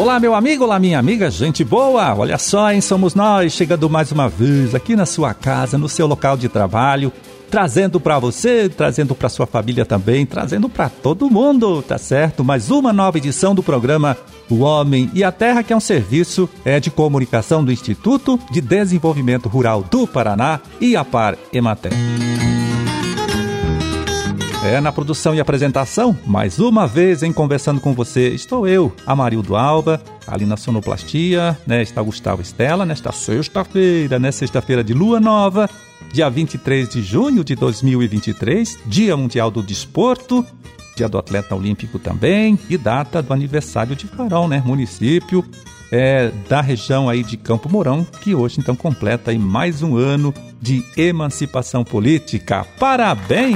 Olá, meu amigo, olá, minha amiga, gente boa. Olha só, hein, somos nós, chegando mais uma vez aqui na sua casa, no seu local de trabalho, trazendo para você, trazendo para sua família também, trazendo para todo mundo, tá certo? Mais uma nova edição do programa O Homem e a Terra, que é um serviço de comunicação do Instituto de Desenvolvimento Rural do Paraná e a Par Emater. Na produção e apresentação, mais uma vez conversando com você, estou eu, Amarildo Alba, ali na sonoplastia, está Gustavo Estela, nesta sexta-feira, sexta-feira de lua nova, dia 23 de junho de 2023, Dia Mundial do Desporto, Dia do Atleta Olímpico também e data do aniversário de Farol, município da região aí de Campo Mourão, que hoje então completa aí mais um ano de emancipação política. Parabéns!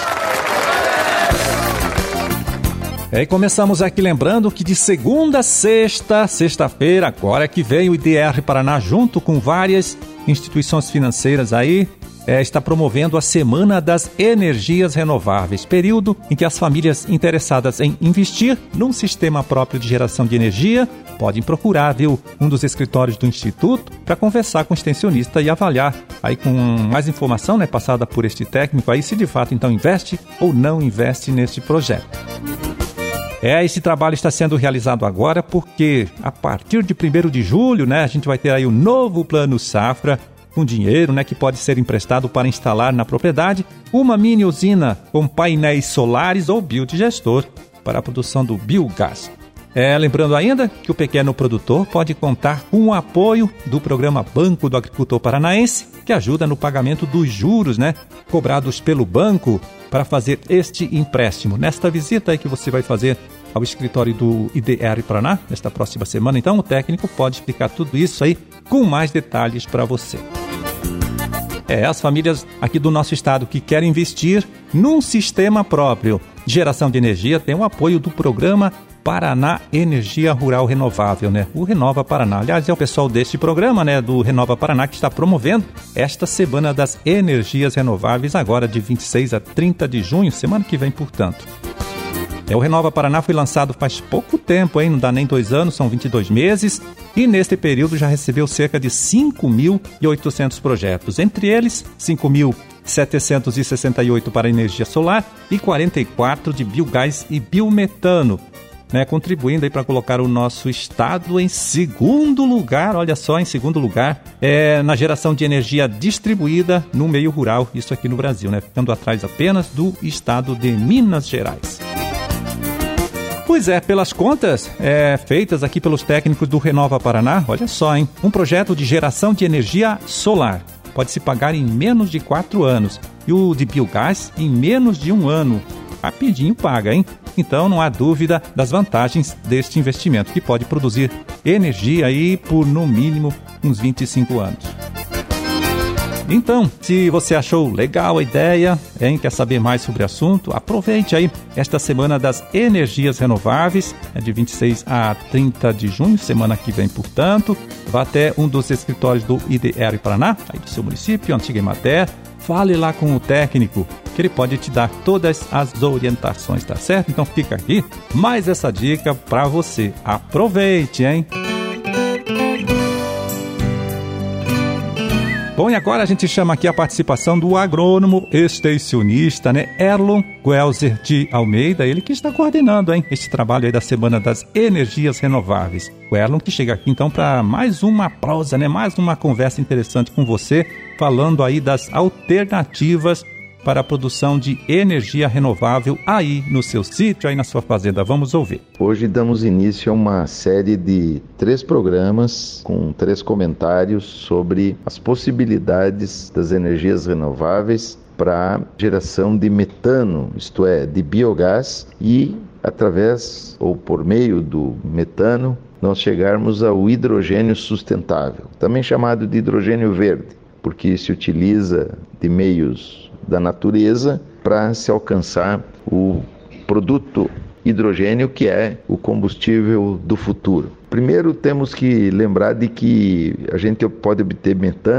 E começamos aqui lembrando que de segunda a sexta-feira, agora que vem o IDR Paraná junto com várias instituições financeiras aí, está promovendo a Semana das Energias Renováveis, período em que as famílias interessadas em investir num sistema próprio de geração de energia podem procurar, um dos escritórios do Instituto para conversar com o extensionista e avaliar aí com mais informação, passada por este técnico aí, se de fato então investe ou não investe neste projeto. Esse trabalho está sendo realizado agora porque a partir de 1º de julho, a gente vai ter aí o novo Plano Safra, com dinheiro, que pode ser emprestado para instalar na propriedade uma mini usina com painéis solares ou biodigestor para a produção do biogás. Lembrando ainda que o pequeno produtor pode contar com o apoio do programa Banco do Agricultor Paranaense, que ajuda no pagamento dos juros, cobrados pelo banco para fazer este empréstimo. Nesta visita aí que você vai fazer ao escritório do IDR Paraná, nesta próxima semana, então o técnico pode explicar tudo isso aí com mais detalhes para você. As famílias aqui do nosso estado que querem investir num sistema próprio de geração de energia têm o apoio do programa Paraná Energia Rural Renovável, o Renova Paraná. Aliás, é o pessoal deste programa, do Renova Paraná, que está promovendo esta Semana das Energias Renováveis, agora de 26 a 30 de junho, semana que vem, portanto. O Renova Paraná foi lançado faz pouco tempo, não dá nem 2 anos, são 22 meses, e neste período já recebeu cerca de 5.800 projetos, entre eles 5.768 para energia solar e 44 de biogás e biometano, contribuindo aí para colocar o nosso estado em segundo lugar, olha só, em segundo lugar, na geração de energia distribuída no meio rural, isso aqui no Brasil, ficando atrás apenas do estado de Minas Gerais. Pois pelas contas feitas aqui pelos técnicos do Renova Paraná, olha só, um projeto de geração de energia solar pode se pagar em menos de 4 anos e o de biogás em menos de 1 ano. Rapidinho paga, Então não há dúvida das vantagens deste investimento, que pode produzir energia aí por no mínimo uns 25 anos. Então, se você achou legal a ideia, quer saber mais sobre o assunto, aproveite aí esta Semana das Energias Renováveis, de 26 a 30 de junho, semana que vem, portanto. Vá até um dos escritórios do IDR Paraná, aí do seu município, Antiga Emater. Fale lá com o técnico, que ele pode te dar todas as orientações, tá certo? Então fica aqui mais essa dica para você. Aproveite, Bom, e agora a gente chama aqui a participação do agrônomo extensionista, Erlon Guelzer de Almeida, ele que está coordenando, este trabalho aí da Semana das Energias Renováveis. O Erlon que chega aqui então para mais uma prosa, mais uma conversa interessante com você, falando aí das alternativas para a produção de energia renovável aí no seu sítio, aí na sua fazenda. Vamos ouvir. Hoje damos início a uma série de 3 programas com 3 comentários sobre as possibilidades das energias renováveis para geração de metano, isto é, de biogás, e através ou por meio do metano nós chegarmos ao hidrogênio sustentável, também chamado de hidrogênio verde, porque se utiliza de meios da natureza para se alcançar o produto hidrogênio, que é o combustível do futuro. Primeiro temos que lembrar de que a gente pode obter metano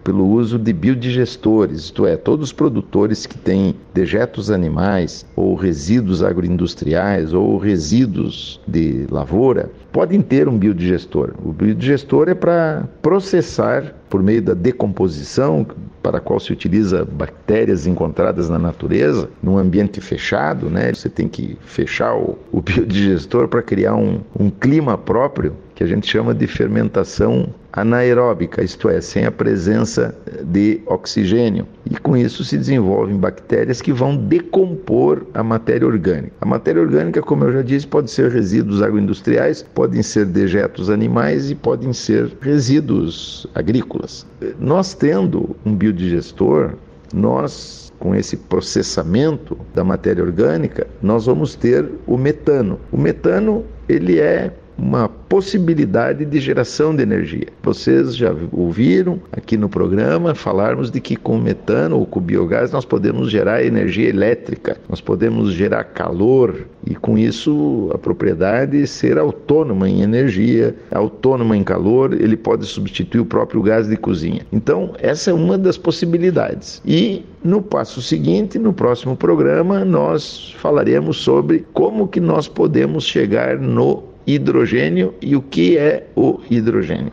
pelo uso de biodigestores, isto é, todos os produtores que têm dejetos animais ou resíduos agroindustriais ou resíduos de lavoura, podem ter um biodigestor. O biodigestor é para processar, por meio da decomposição, para a qual se utiliza bactérias encontradas na natureza, num ambiente fechado, né? Você tem que fechar o biodigestor para criar um clima próprio, que a gente chama de fermentação anaeróbica, isto é, sem a presença de oxigênio. E com isso se desenvolvem bactérias que vão decompor a matéria orgânica. A matéria orgânica, como eu já disse, pode ser resíduos agroindustriais, podem ser dejetos animais e podem ser resíduos agrícolas. Nós tendo um biodigestor, com esse processamento da matéria orgânica, nós vamos ter o metano. O metano, ele é uma possibilidade de geração de energia. Vocês já ouviram aqui no programa falarmos de que com o metano ou com o biogás nós podemos gerar energia elétrica, nós podemos gerar calor e com isso a propriedade ser autônoma em energia, autônoma em calor, ele pode substituir o próprio gás de cozinha. Então essa é uma das possibilidades. E no passo seguinte, no próximo programa, nós falaremos sobre como que nós podemos chegar no hidrogênio e o que é o hidrogênio.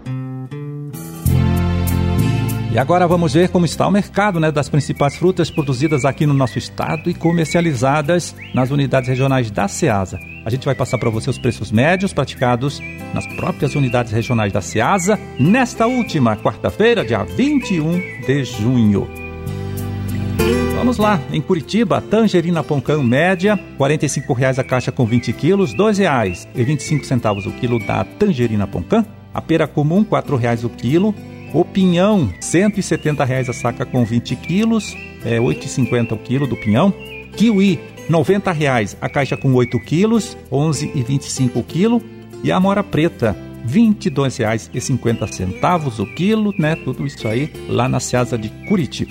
E agora vamos ver como está o mercado, das principais frutas produzidas aqui no nosso estado e comercializadas nas unidades regionais da Ceasa. A gente vai passar para você os preços médios praticados nas próprias unidades regionais da Ceasa nesta última quarta-feira, dia 21 de junho. Vamos lá, em Curitiba, tangerina Poncã média, R$ 45,00 a caixa com 20 quilos, R$ 2,25 o quilo da tangerina Poncã. A pera comum, R$ 4,00 o quilo. O pinhão, R$ 170,00 a saca com 20 quilos, R$ 8,50 o quilo do pinhão. Kiwi, R$ 90,00 a caixa com 8 quilos, R$ 11,25 o quilo. E a amora preta, R$ 22,50 o quilo, Tudo isso aí lá na Ceasa de Curitiba.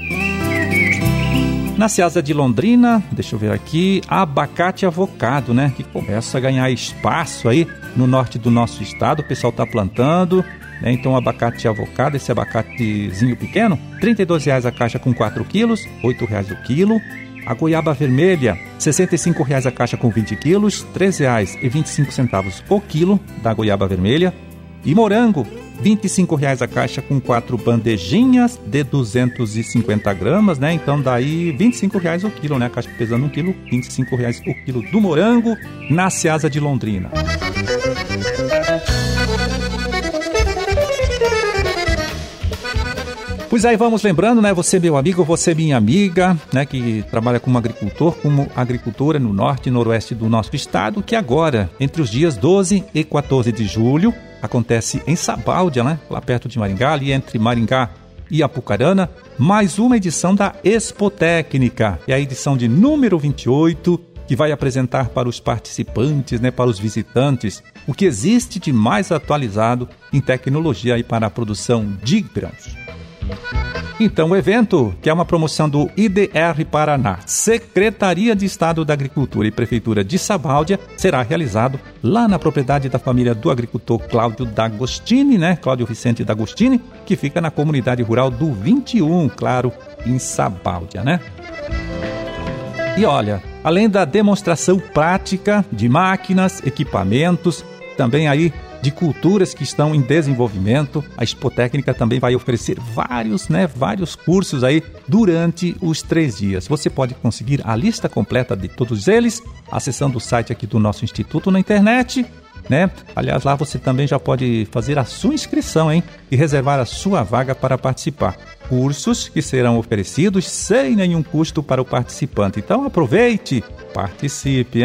Na Ceasa de Londrina, deixa eu ver aqui, abacate avocado, que começa a ganhar espaço aí no norte do nosso estado. O pessoal está plantando, Então, abacate avocado, esse abacatezinho pequeno, R$ 32,00 a caixa com 4 quilos, R$ 8,00 o quilo. A goiaba vermelha, R$ 65,00 a caixa com 20 quilos, R$ 3,25 o quilo da goiaba vermelha. E morango, R$ 25,00 a caixa com 4 bandejinhas de 250 gramas, Então daí R$ 25,00 o quilo, A caixa pesando 1 quilo, R$ 25,00 o quilo do morango na Ceasa de Londrina. Pois aí, vamos lembrando, Você, meu amigo, você, minha amiga, que trabalha como agricultora no norte e noroeste do nosso estado, que agora, entre os dias 12 e 14 de julho, acontece em Sabáudia, lá perto de Maringá, ali entre Maringá e Apucarana, mais uma edição da Expotécnica. É a edição de número 28, que vai apresentar para os participantes, para os visitantes, o que existe de mais atualizado em tecnologia aí para a produção de grãos. Então, o evento, que é uma promoção do IDR Paraná, Secretaria de Estado da Agricultura e Prefeitura de Sabáudia, será realizado lá na propriedade da família do agricultor Cláudio D'Agostini, Cláudio Vicente D'Agostini, que fica na comunidade rural do 21, claro, em Sabáudia, E olha, além da demonstração prática de máquinas, equipamentos, também aí de culturas que estão em desenvolvimento, a Expotécnica também vai oferecer vários cursos aí durante os 3 dias. Você pode conseguir a lista completa de todos eles acessando o site aqui do nosso instituto na internet, Aliás, lá você também já pode fazer a sua inscrição, e reservar a sua vaga para participar. Cursos que serão oferecidos sem nenhum custo para o participante. Então aproveite, participe,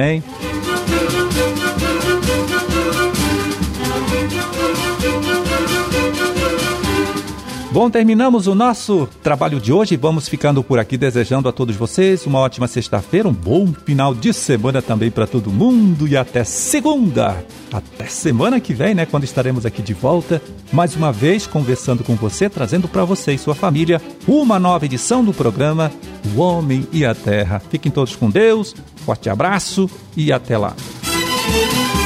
Bom, terminamos o nosso trabalho de hoje. Vamos ficando por aqui, desejando a todos vocês uma ótima sexta-feira, um bom final de semana também para todo mundo e até segunda. Até semana que vem, quando estaremos aqui de volta, mais uma vez conversando com você, trazendo para você e sua família uma nova edição do programa O Homem e a Terra. Fiquem todos com Deus, forte abraço e até lá.